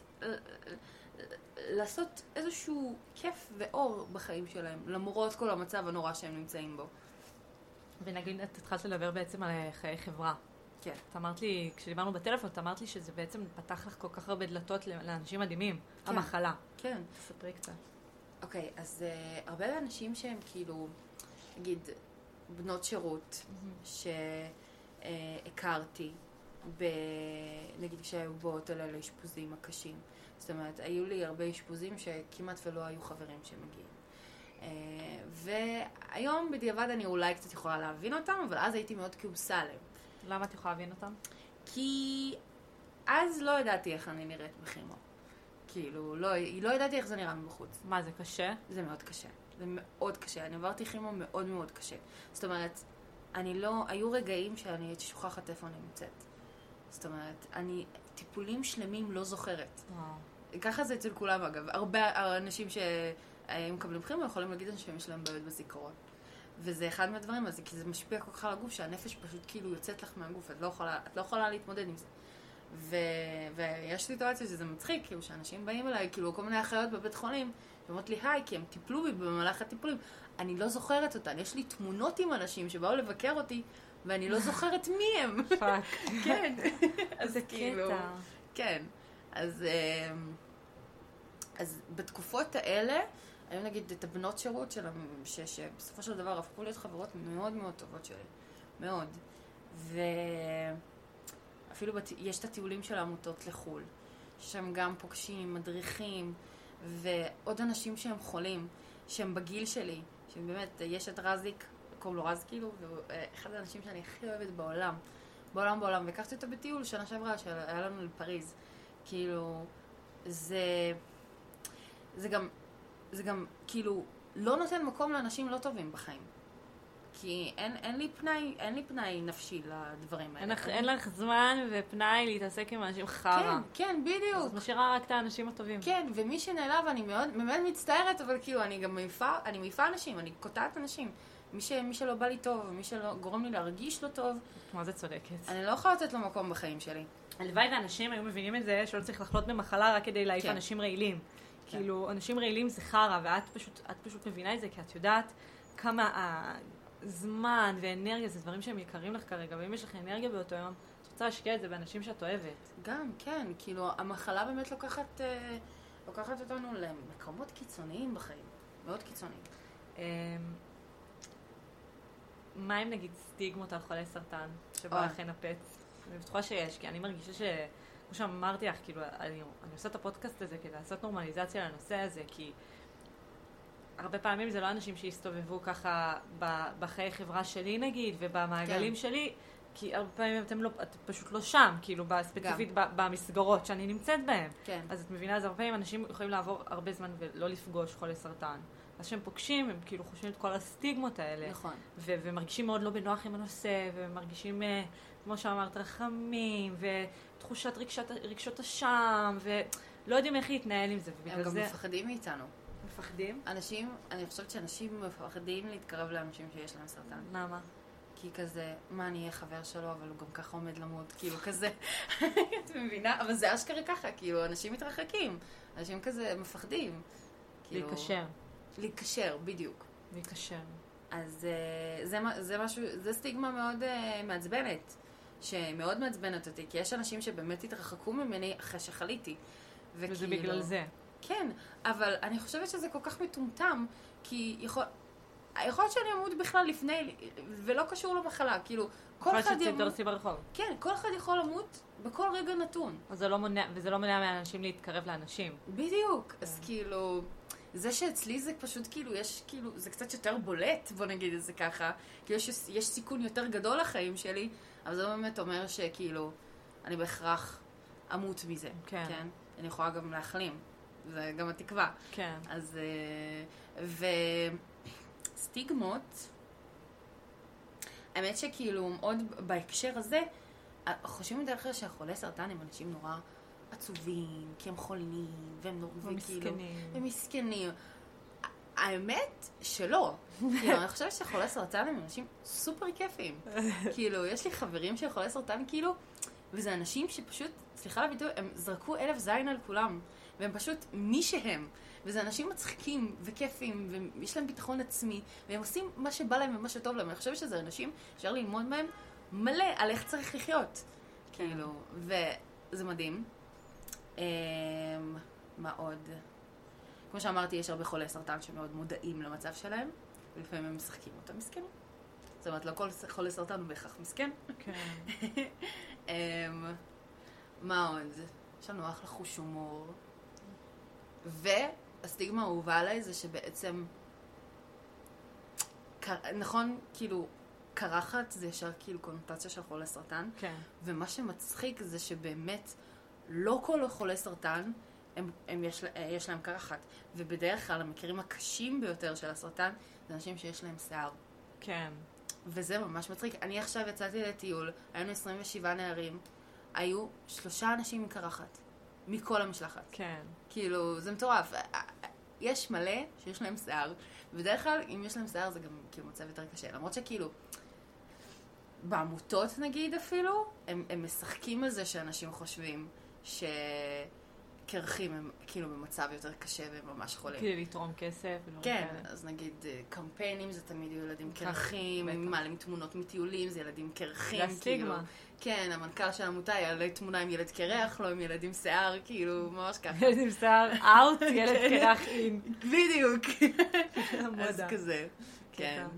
לעשות איזשהו כיף ואור בחיים שלהם, למרות כל המצב הנורא שהם נמצאים בו. ונגיד, את התחלת לדבר בעצם על חיי חברה. כן. את אמרת לי, כשדיברנו בטלפון, את אמרת לי שזה בעצם פתח לך כל כך הרבה דלתות לאנשים מדהימים. כן. המחלה. כן. תספרי קצת. אוקיי, אז uh, הרבה אנשים שהם כאילו, נגיד, בנות שירות, שהכרתי, ב... נגיד כשהיו באות אלה לאשפוזים הקשים. זאת אומרת, היו לי הרבה אשפוזים שכמעט ולא היו חברים שמגיעים. Uh, והיום בדיעבד אני אולי קצת יכולה להבין אותם, אבל אז הייתי מאוד כעוסה עליהם. למה את יכולה להבין אותם? כי אז לא ידעתי איך אני נראית בכימו. כאילו, לא, לא ידעתי איך זה נראה מבחוץ. מה, זה קשה? זה מאוד קשה. זה מאוד קשה. אני עברתי כימו מאוד מאוד קשה. זאת אומרת, אני לא, היו רגעים שאני הייתי שוכחת איפה אני נמצאת. זאת אומרת, אני טיפולים שלמים לא זוכרת. וואו. ככה זה אצל כולם אגב. הרבה אנשים שהם מקבלים כימו יכולים להגיד שיש להם בעיות בזיכרון. וזה אחד מהדברים הזה, כי זה משפיע כל כך על הגוף, שהנפש פשוט כאילו יוצאת לך מהגוף, את לא יכולה, את לא יכולה להתמודד עם זה. ו... ויש סיטואציה שזה מצחיק, כאילו שאנשים באים אליי, כאילו כל מיני אחיות בבית חולים, ואומרות לי היי, כי הם טיפלו בי במהלך הטיפולים. אני לא זוכרת אותן, יש לי תמונות עם אנשים שבאו לבקר אותי, ואני לא זוכרת מי הם. פאק. כן. זה קטע. כן. אז, אז בתקופות האלה, היו נגיד את הבנות שירות שלהם, שבסופו של דבר הפכו להיות חברות מאוד מאוד טובות שלי. מאוד. ואפילו בת... יש את הטיולים של העמותות לחול, שהם גם פוגשים, מדריכים, ועוד אנשים שהם חולים, שהם בגיל שלי, שבאמת, יש את רזיק, קוראים לו רז כאילו, ואחד האנשים שאני הכי אוהבת בעולם, בעולם בעולם, והקחתי אותו בטיול שנה שעברה, שהיה לנו לפריז. כאילו, זה... זה גם... זה גם, כאילו, לא נותן מקום לאנשים לא טובים בחיים. כי אין, אין לי פנאי, אין לי פנאי נפשי לדברים האלה. אין לך, אין לך זמן ופנאי להתעסק עם אנשים חרא. כן, כן, בדיוק. אז את משאירה רק את האנשים הטובים. כן, ומי שנעלב, אני מאוד, מאוד מצטערת, אבל כאילו, אני גם מעיפה, אני מעיפה אנשים, אני קוטעת אנשים. מי, ש, מי שלא בא לי טוב, מי שלא גורם לי להרגיש לא טוב. מה זה צודקת? אני לא יכולה לתת לו מקום בחיים שלי. הלוואי ואנשים היו מבינים את זה, שלא צריך לחלות במחלה רק כדי להעיף כן. אנשים רעילים. כן. כאילו, אנשים רעילים זה חרא, ואת פשוט, את פשוט מבינה את זה, כי את יודעת כמה הזמן ואנרגיה, זה דברים שהם יקרים לך כרגע, ואם יש לך אנרגיה באותו יום, את רוצה להשקיע את זה באנשים שאת אוהבת. גם, כן, כאילו, המחלה באמת לוקחת, אה, לוקחת אותנו למקומות קיצוניים בחיים. מאוד קיצוניים. אה, מה אם נגיד סטיגמות על חולי סרטן, שבא אוי. לך לנפץ? אני בטוחה שיש, כי אני מרגישה ש... כמו שאמרתי לך, כאילו, אני, אני עושה את הפודקאסט הזה כדי לעשות נורמליזציה לנושא הזה, כי הרבה פעמים זה לא אנשים שהסתובבו ככה בחיי חברה שלי נגיד, ובמעגלים כן. שלי, כי הרבה פעמים אתם, לא, אתם פשוט לא שם, כאילו, ספציפית במסגרות שאני נמצאת בהן. כן. אז את מבינה, אז הרבה פעמים אנשים יכולים לעבור הרבה זמן ולא לפגוש חולי סרטן. אז שהם פוגשים, הם כאילו חושבים את כל הסטיגמות האלה. נכון. ו- ומרגישים מאוד לא בנוח עם הנושא, ומרגישים, כמו שאמרת, רחמים, ותחושת רגשת, רגשות אשם, ולא יודעים איך להתנהל עם זה. הם גם זה... מפחדים מאיתנו. מפחדים? אנשים, אני חושבת שאנשים מפחדים להתקרב לאנשים שיש להם סרטן. למה? כי כזה, מה, אני אהיה חבר שלו, אבל הוא גם ככה עומד למות, כאילו כזה. את מבינה? אבל זה אשכרה ככה, כאילו, אנשים מתרחקים. אנשים כזה מפחדים. להיקשר. להיקשר, בדיוק. להיקשר. אז uh, זה, זה משהו, זה סטיגמה מאוד uh, מעצבנת, שמאוד מעצבנת אותי, כי יש אנשים שבאמת התרחקו ממני אחרי שחליתי. וזה וכאילו, בגלל זה. כן, אבל אני חושבת שזה כל כך מטומטם, כי יכול, יכול להיות שאני אמות בכלל לפני, ולא קשור למחלה, כאילו, כל אחד ימות... ברחוב. כן, כל אחד יכול למות בכל רגע נתון. אז זה לא מונע, וזה לא מונע מאנשים להתקרב לאנשים. בדיוק, כן. אז כאילו... זה שאצלי זה פשוט כאילו, יש כאילו, זה קצת יותר בולט, בוא נגיד את זה ככה, כי יש, יש סיכון יותר גדול לחיים שלי, אבל זה באמת אומר שכאילו, אני בהכרח אמות מזה, כן. כן? אני יכולה גם להחלים, זה גם התקווה. כן. אז, וסטיגמות, האמת שכאילו, עוד בהקשר הזה, חושבים בדרך כלל שהחולי סרטן הם אנשים נורא עצובים, כי הם חולים, והם נורא... ומסכנים. ומסכנים. האמת שלא. כאילו, אני חושבת שחולי סרטן הם אנשים סופר כיפים. כאילו, יש לי חברים של חולי סרטן, כאילו, וזה אנשים שפשוט, סליחה לביטוי, הם זרקו אלף זין על כולם, והם פשוט מי שהם. וזה אנשים מצחיקים וכיפים, ויש להם ביטחון עצמי, והם עושים מה שבא להם ומה שטוב להם. אני חושבת שזה אנשים שאפשר ללמוד מהם מלא על איך צריך לחיות. כאילו, וזה מדהים. מה עוד? כמו שאמרתי, יש הרבה חולי סרטן שמאוד מודעים למצב שלהם, ולפעמים הם משחקים אותם מסכנים. זאת אומרת, לא כל חולי סרטן הוא בהכרח מסכן. מה עוד? יש לנו אחלה חוש הומור. והסטיגמה האהובה עליי זה שבעצם, נכון, כאילו, קרחת זה ישר כאילו קונוטציה של חולי סרטן. כן. ומה שמצחיק זה שבאמת לא כל חולי סרטן הם, הם יש, יש להם קרחת. ובדרך כלל המקרים הקשים ביותר של הסרטן זה אנשים שיש להם שיער. כן. וזה ממש מצחיק. אני עכשיו יצאתי לטיול, היינו עשרים ושבעה נערים, היו שלושה אנשים עם קרחת. מכל המשלחת. כן. כאילו, זה מטורף. יש מלא שיש להם שיער, ובדרך כלל אם יש להם שיער זה גם כאילו מצב יותר קשה. למרות שכאילו, בעמותות נגיד אפילו, הם, הם משחקים על זה שאנשים חושבים שקרחים הם כאילו במצב יותר קשה והם ממש חולים. כאילו לתרום כסף. כן, אז נגיד קמפיינים זה תמיד ילדים קרחים, הם מעלים תמונות מטיולים, זה ילדים קרחים. זה הסטיגמה. כן, המנכ"ל של העמותה יעלה תמונה עם ילד קרח, לא עם ילד עם שיער, כאילו, ממש ככה. ילד עם שיער אאוט, ילד קרח אין. בדיוק. אז כזה. כן.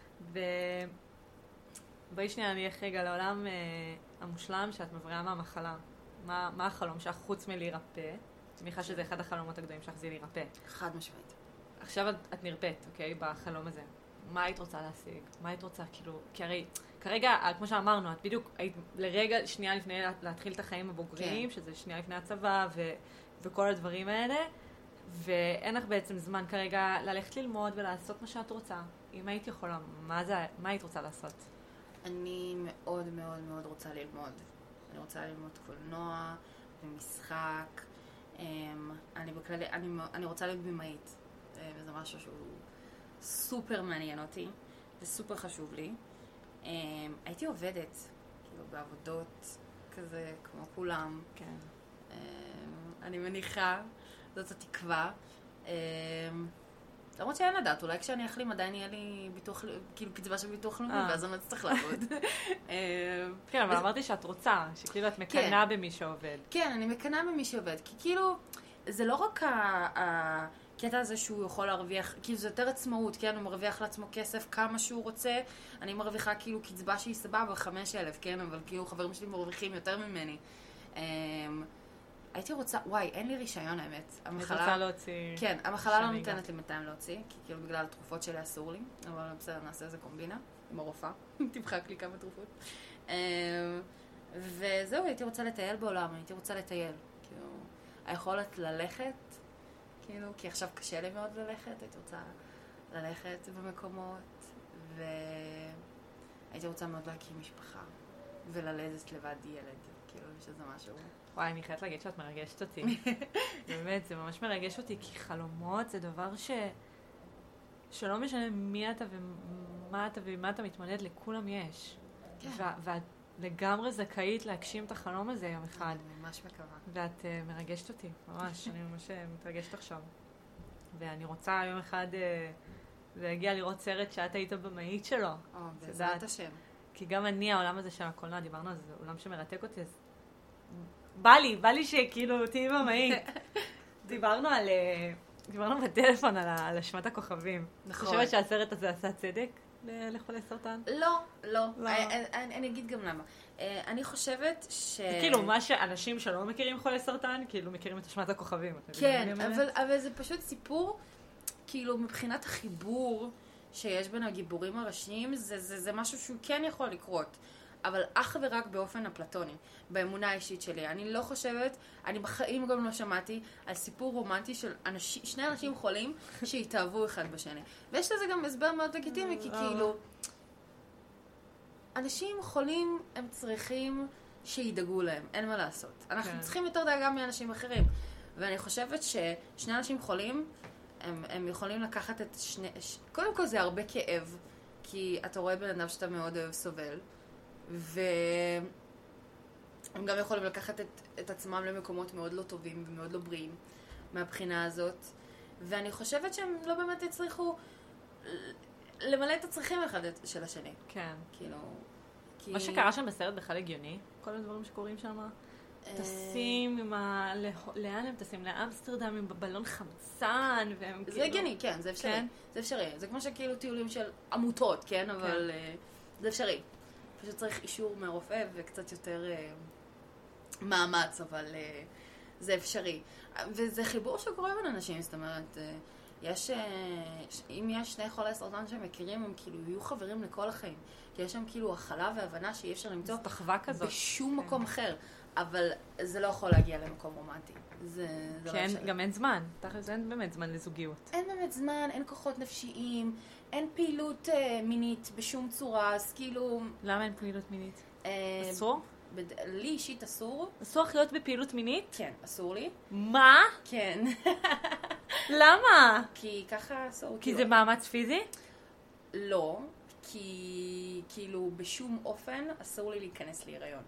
בואי שנייה נלך רגע לעולם המושלם שאת מבריאה מהמחלה. מה החלום שלך חוץ מלהירפא? אני מניחה שזה אחד החלומות הגדולים שלך, זה להירפא. חד משמעית. עכשיו את נרפאת, אוקיי? בחלום הזה. מה היית רוצה להשיג? מה היית רוצה, כאילו... כי הרי כרגע, כמו שאמרנו, את בדיוק היית לרגע, שנייה לפני להתחיל את החיים הבוגרים, שזה שנייה לפני הצבא וכל הדברים האלה, ואין לך בעצם זמן כרגע ללכת ללמוד ולעשות מה שאת רוצה. אם היית יכולה, מה זה, מה היית רוצה לעשות? אני מאוד מאוד מאוד רוצה ללמוד. אני רוצה ללמוד קולנוע ומשחק. אני בכלל, אני, אני רוצה להיות במאית. וזה משהו שהוא סופר מעניין אותי. זה סופר חשוב לי. הייתי עובדת, כאילו בעבודות כזה כמו כולם. כן. אני מניחה, זאת התקווה. למרות שאין לדעת, אולי כשאני אחלים עדיין יהיה לי ביטוח, כאילו קצבה של ביטוח לאומי, ואז אני צריך לעבוד. כן, אבל אמרתי שאת רוצה, שכאילו את מקנה במי שעובד. כן, אני מקנה במי שעובד, כי כאילו, זה לא רק הקטע הזה שהוא יכול להרוויח, כאילו זה יותר עצמאות, כן, הוא מרוויח לעצמו כסף כמה שהוא רוצה, אני מרוויחה כאילו קצבה שהיא סבבה, חמש אלף, כן, אבל כאילו חברים שלי מרוויחים יותר ממני. הייתי רוצה, וואי, אין לי רישיון האמת. המחלה... אני רוצה להוציא... כן, המחלה לא נותנת לי מתי להוציא, כי כאילו בגלל התרופות שלי אסור לי, אבל בסדר, נעשה איזה קומבינה עם הרופאה, תמחק לי כמה תרופות. וזהו, הייתי רוצה לטייל בעולם, הייתי רוצה לטייל. כאילו, היכולת ללכת, כאילו, כי עכשיו קשה לי מאוד ללכת, הייתי רוצה ללכת במקומות, והייתי רוצה מאוד להקים משפחה, וללדת לבד ילד, כאילו, שזה משהו... וואי, אני חייבת להגיד שאת מרגשת אותי. באמת, זה ממש מרגש אותי, כי חלומות זה דבר ש... שלא משנה מי אתה ומה אתה ומה אתה מתמודד, לכולם יש. כן. ואת לגמרי זכאית להגשים את החלום הזה יום אחד. אני ממש מקווה. ואת uh, מרגשת אותי, ממש. אני ממש מתרגשת עכשיו. ואני רוצה יום אחד uh, והגיע לראות סרט שאת היית במאית שלו. או, בעזרת השם. כי גם אני, העולם הזה של הקולנוע, דיברנו על זה, עולם שמרתק אותי, אז בא לי, בא לי שכאילו תהיי במאית. דיברנו על, דיברנו בטלפון על אשמת הכוכבים. נכון. אני חושבת שהסרט הזה עשה צדק לחולי סרטן? לא, לא. אני אגיד גם למה. אני חושבת ש... זה כאילו מה שאנשים שלא מכירים חולי סרטן, כאילו מכירים את אשמת הכוכבים. כן, אבל זה פשוט סיפור, כאילו מבחינת החיבור שיש בין הגיבורים הראשיים, זה משהו שהוא כן יכול לקרות. אבל אך ורק באופן אפלטוני, באמונה האישית שלי. אני לא חושבת, אני בחיים גם לא שמעתי על סיפור רומנטי של אנשים, שני אנשים חולים שהתאהבו אחד בשני. ויש לזה גם הסבר מאוד לגיטימי, כי כאילו, אנשים חולים הם צריכים שידאגו להם, אין מה לעשות. אנחנו צריכים יותר דאגה מאנשים אחרים. ואני חושבת ששני אנשים חולים, הם, הם יכולים לקחת את שני... קודם כל זה הרבה כאב, כי אתה רואה בן אדם שאתה מאוד אוהב סובל, והם גם יכולים לקחת את, את עצמם למקומות מאוד לא טובים ומאוד לא בריאים מהבחינה הזאת. ואני חושבת שהם לא באמת יצריכו למלא את הצרכים אחד של השני. כן. כאילו... כי... מה שקרה שם בסרט בכלל הגיוני, כל הדברים שקורים שם, טסים עם ה... לאן הם טסים? לאמסטרדם עם בלון חמצן, והם כאילו... זה הגיוני, כן, זה אפשרי. זה אפשרי. זה כמו שכאילו טיולים של עמותות, כן? אבל זה אפשרי. פשוט צריך אישור מהרופא וקצת יותר מאמץ, אבל זה אפשרי. וזה חיבור שקורה בין אנשים, זאת אומרת, יש... אם יש שני חולי סרטן שמכירים, הם כאילו יהיו חברים לכל החיים. כי יש שם כאילו הכלה והבנה שאי אפשר למצוא בשום מקום אחר. אבל זה לא יכול להגיע למקום רומנטי. זה, זה כן, לא גם אין זמן. תכף אין באמת זמן לזוגיות. אין באמת זמן, אין כוחות נפשיים, אין פעילות אה, מינית בשום צורה, אז כאילו... למה אין פעילות מינית? אה, אסור? בד... לי אישית אסור. אסור לך להיות בפעילות מינית? כן, אסור לי. מה? כן. למה? כי ככה אסור. כי זה מאמץ פיזי? לא. כי כאילו בשום אופן אסור לי להיכנס להיריון.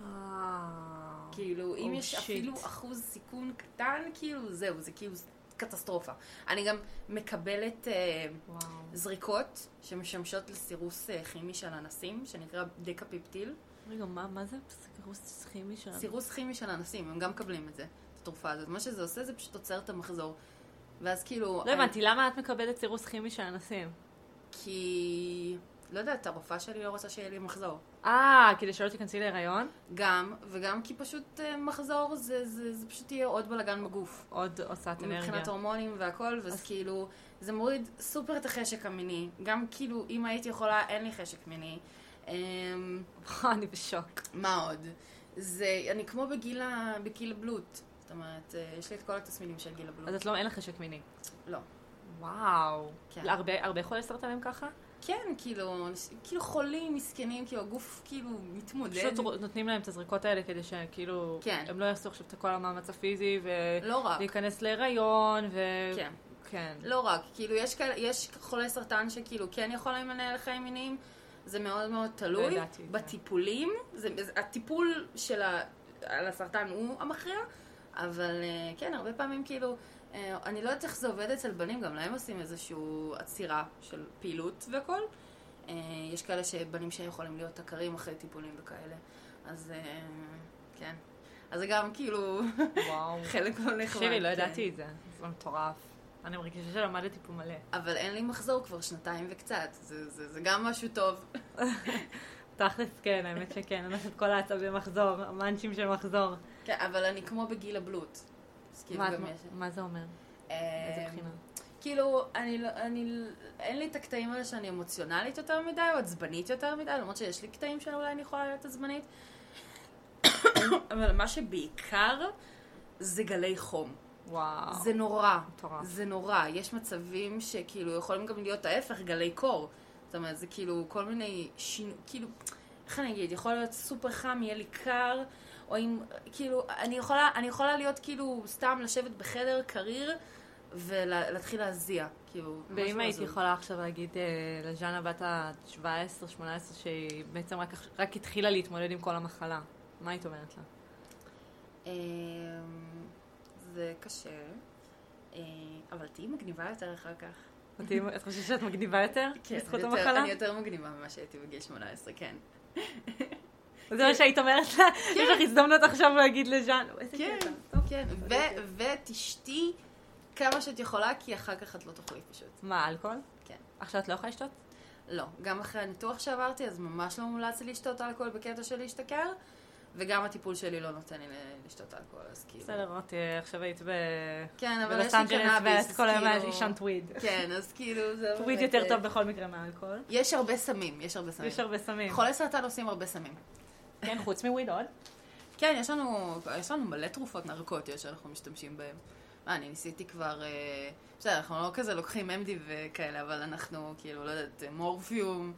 כאילו אם יש אפילו אחוז סיכון קטן, כאילו זהו, זה כאילו קטסטרופה. אני גם מקבלת זריקות שמשמשות לסירוס כימי של אנסים, שנקרא דקאפיפטיל. רגע, מה זה סירוס כימי של אנסים? סירוס כימי של אנסים, הם גם מקבלים את זה, את התרופה הזאת. מה שזה עושה זה פשוט עוצר את המחזור. ואז כאילו... לא הבנתי, למה את מקבלת סירוס כימי של אנסים? כי... לא יודעת, הרופאה שלי לא רוצה שיהיה לי מחזור. אה, כדי שלא תיכנסי להיריון? גם, וגם כי פשוט uh, מחזור זה, זה, זה פשוט יהיה עוד בלגן בגוף. עוד הוצאת אנרגיה. מבחינת הורמונים והכל, ואז אז... כאילו, זה מוריד סופר את החשק המיני. גם כאילו, אם הייתי יכולה, אין לי חשק מיני. אני בשוק. מה עוד? זה, אני כמו בגיל, בגיל הבלוט. זאת אומרת, יש לי את כל התסמינים של גיל הבלוט. אז את לא, אין לך חשק מיני? לא. וואו. כן. הרבה, הרבה חולי סרטן הם ככה? כן, כאילו, כאילו חולים, מסכנים, כאילו הגוף כאילו מתמודד. פשוט נותנים להם את הזריקות האלה כדי שכאילו, כן. הם לא יעשו עכשיו את כל המאמץ הפיזי, לא רק. ולהיכנס להיריון, ו... כן. כן. לא רק, כאילו יש, כאלה, יש חולי סרטן שכאילו כן יכולים לנהל לחיים מיניים, זה מאוד מאוד תלוי. ידעתי, בטיפולים, זה, הטיפול של ה, על הסרטן הוא המכריע, אבל כן, הרבה פעמים כאילו, אני לא יודעת איך זה עובד אצל בנים, גם להם עושים איזושהי עצירה של פעילות וכל. יש כאלה שבנים שיכולים להיות עקרים אחרי טיפולים וכאלה. אז כן. אז זה גם כאילו חלק לא נחמד. שירי, לא ידעתי את זה. זה מטורף. אני מרגישה שלמדתי פה מלא. אבל אין לי מחזור כבר שנתיים וקצת. זה, זה, זה גם משהו טוב. תכלס כן, האמת שכן. אני את כל העצבי מחזור, המאנצ'ים של מחזור. כן, אבל אני כמו בגיל הבלוט. מה זה אומר? איזה בחינה? כאילו, אני, אני, אין לי את הקטעים האלה שאני אמוציונלית יותר מדי, או עצבנית יותר מדי, למרות שיש לי קטעים שאולי אני יכולה להיות עצבנית. אבל מה שבעיקר זה גלי חום. וואו. זה נורא. מטורף. זה נורא. יש מצבים שכאילו יכולים גם להיות ההפך, גלי קור. זאת אומרת, זה כאילו כל מיני שינו, כאילו, איך אני אגיד, יכול להיות סופר חם, יהיה לי קר, או אם, כאילו, אני יכולה, אני יכולה להיות כאילו סתם לשבת בחדר קריר, ולהתחיל להזיע, כאילו. ואם הייתי יכולה עכשיו להגיד לז'אנה בת ה-שבע עשרה שמונה עשרה, שהיא בעצם רק, רק התחילה להתמודד עם כל המחלה, מה היית אומרת לה? זה קשה, אבל תהיי מגניבה יותר אחר כך. את חושבת שאת מגניבה יותר? כן, בזכות המחלה? אני יותר מגניבה ממה שהייתי בגיל שמונה עשרה, כן. זה מה שהיית אומרת לה? יש לך הזדמנות עכשיו להגיד לז'אן. כן, כן. ותשתי כמה שאת יכולה, כי אחר כך את לא תוכלי פשוט. מה, אלכוהול? כן. עכשיו את לא יכולה לשתות? לא. גם אחרי הניתוח שעברתי, אז ממש לא מומלץ לי לשתות אלכוהול בקטע של להשתכר, וגם הטיפול שלי לא נותן לי לשתות אלכוהול, אז כאילו... בסדר, אותי, עכשיו היית ב... כן, אבל יש לי קנאביס, אז כל היום כאילו... עישנת וויד. כן, אז כאילו זה... וויד יותר טוב בכל מקרה מהאלכוהול. יש הרבה סמים, יש הרבה סמים. יש הרבה סמים. חולי סרטן עושים הרבה סמים. כן, חוץ מוויד עוד? כן, יש לנו, יש לנו מלא תרופות נרקוטיות שאנחנו משתמשים בהן. מה, אני ניסיתי כבר... בסדר, אנחנו לא כזה לוקחים אם די וכאלה, אבל אנחנו, כאילו, לא יודעת, מורפיום...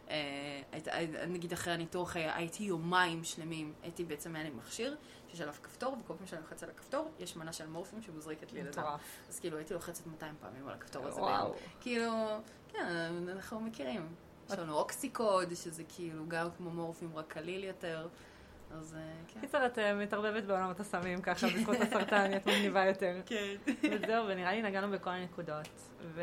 נגיד אחרי הניתוח הייתי יומיים שלמים, הייתי בעצם היה לי מכשיר שיש עליו כפתור, וכל פעם שאני לוחצת על הכפתור יש מנה של מורפיום שמוזרקת לי לדם. אז כאילו הייתי לוחצת מאתיים פעמים על הכפתור הזה ביום. כאילו, כן, אנחנו מכירים. יש לנו אוקסיקוד, שזה כאילו גם כמו מורפיום רק קליל יותר. אז כן. קיצר, את מתערבבת בעולמות הסמים ככה, בזכות הסרטן, את מגניבה יותר. כן. וזהו, ונראה לי נגענו בכל הנקודות. ו...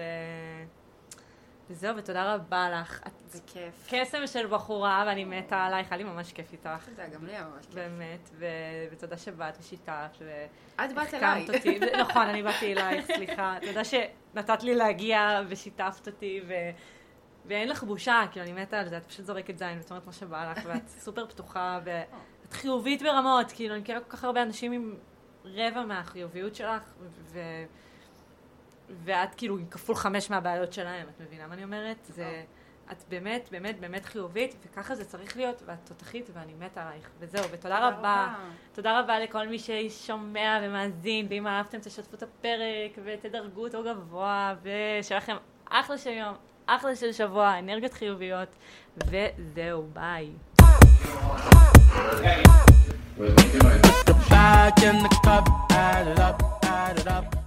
וזהו, ותודה רבה לך. זה כיף. קסם של בחורה, ואני מתה עלייך, היה לי ממש כיף איתך. זה גם לי היה ממש כיף. באמת, ותודה שבאת ושיתפת, את באת אליי. נכון, אני באתי אלייך, סליחה. תודה שנתת לי להגיע ושיתפת אותי, ואין לך בושה, כאילו אני מתה על זה, את פשוט זורקת זין, ואת אומרת מה שבא לך, ואת סופר פתוחה, ואת חיובית ברמות, כאילו אני מכירה כל כך הרבה אנשים עם רבע מהחיוביות שלך, ו... ואת כאילו עם כפול חמש מהבעיות שלהם, את מבינה מה אני אומרת? זה, את באמת, באמת, באמת חיובית, וככה זה צריך להיות, ואת תותחית, ואני מתה עלייך. וזהו, ותודה רבה. תודה רבה לכל מי ששומע ומאזין, ואם אהבתם תשתפו את הפרק, ותדרגו אותו גבוה, ושיהיה לכם אחלה של יום, אחלה של שבוע, אנרגיות חיוביות, וזהו, ביי. Back in the cup, add it up, add it up.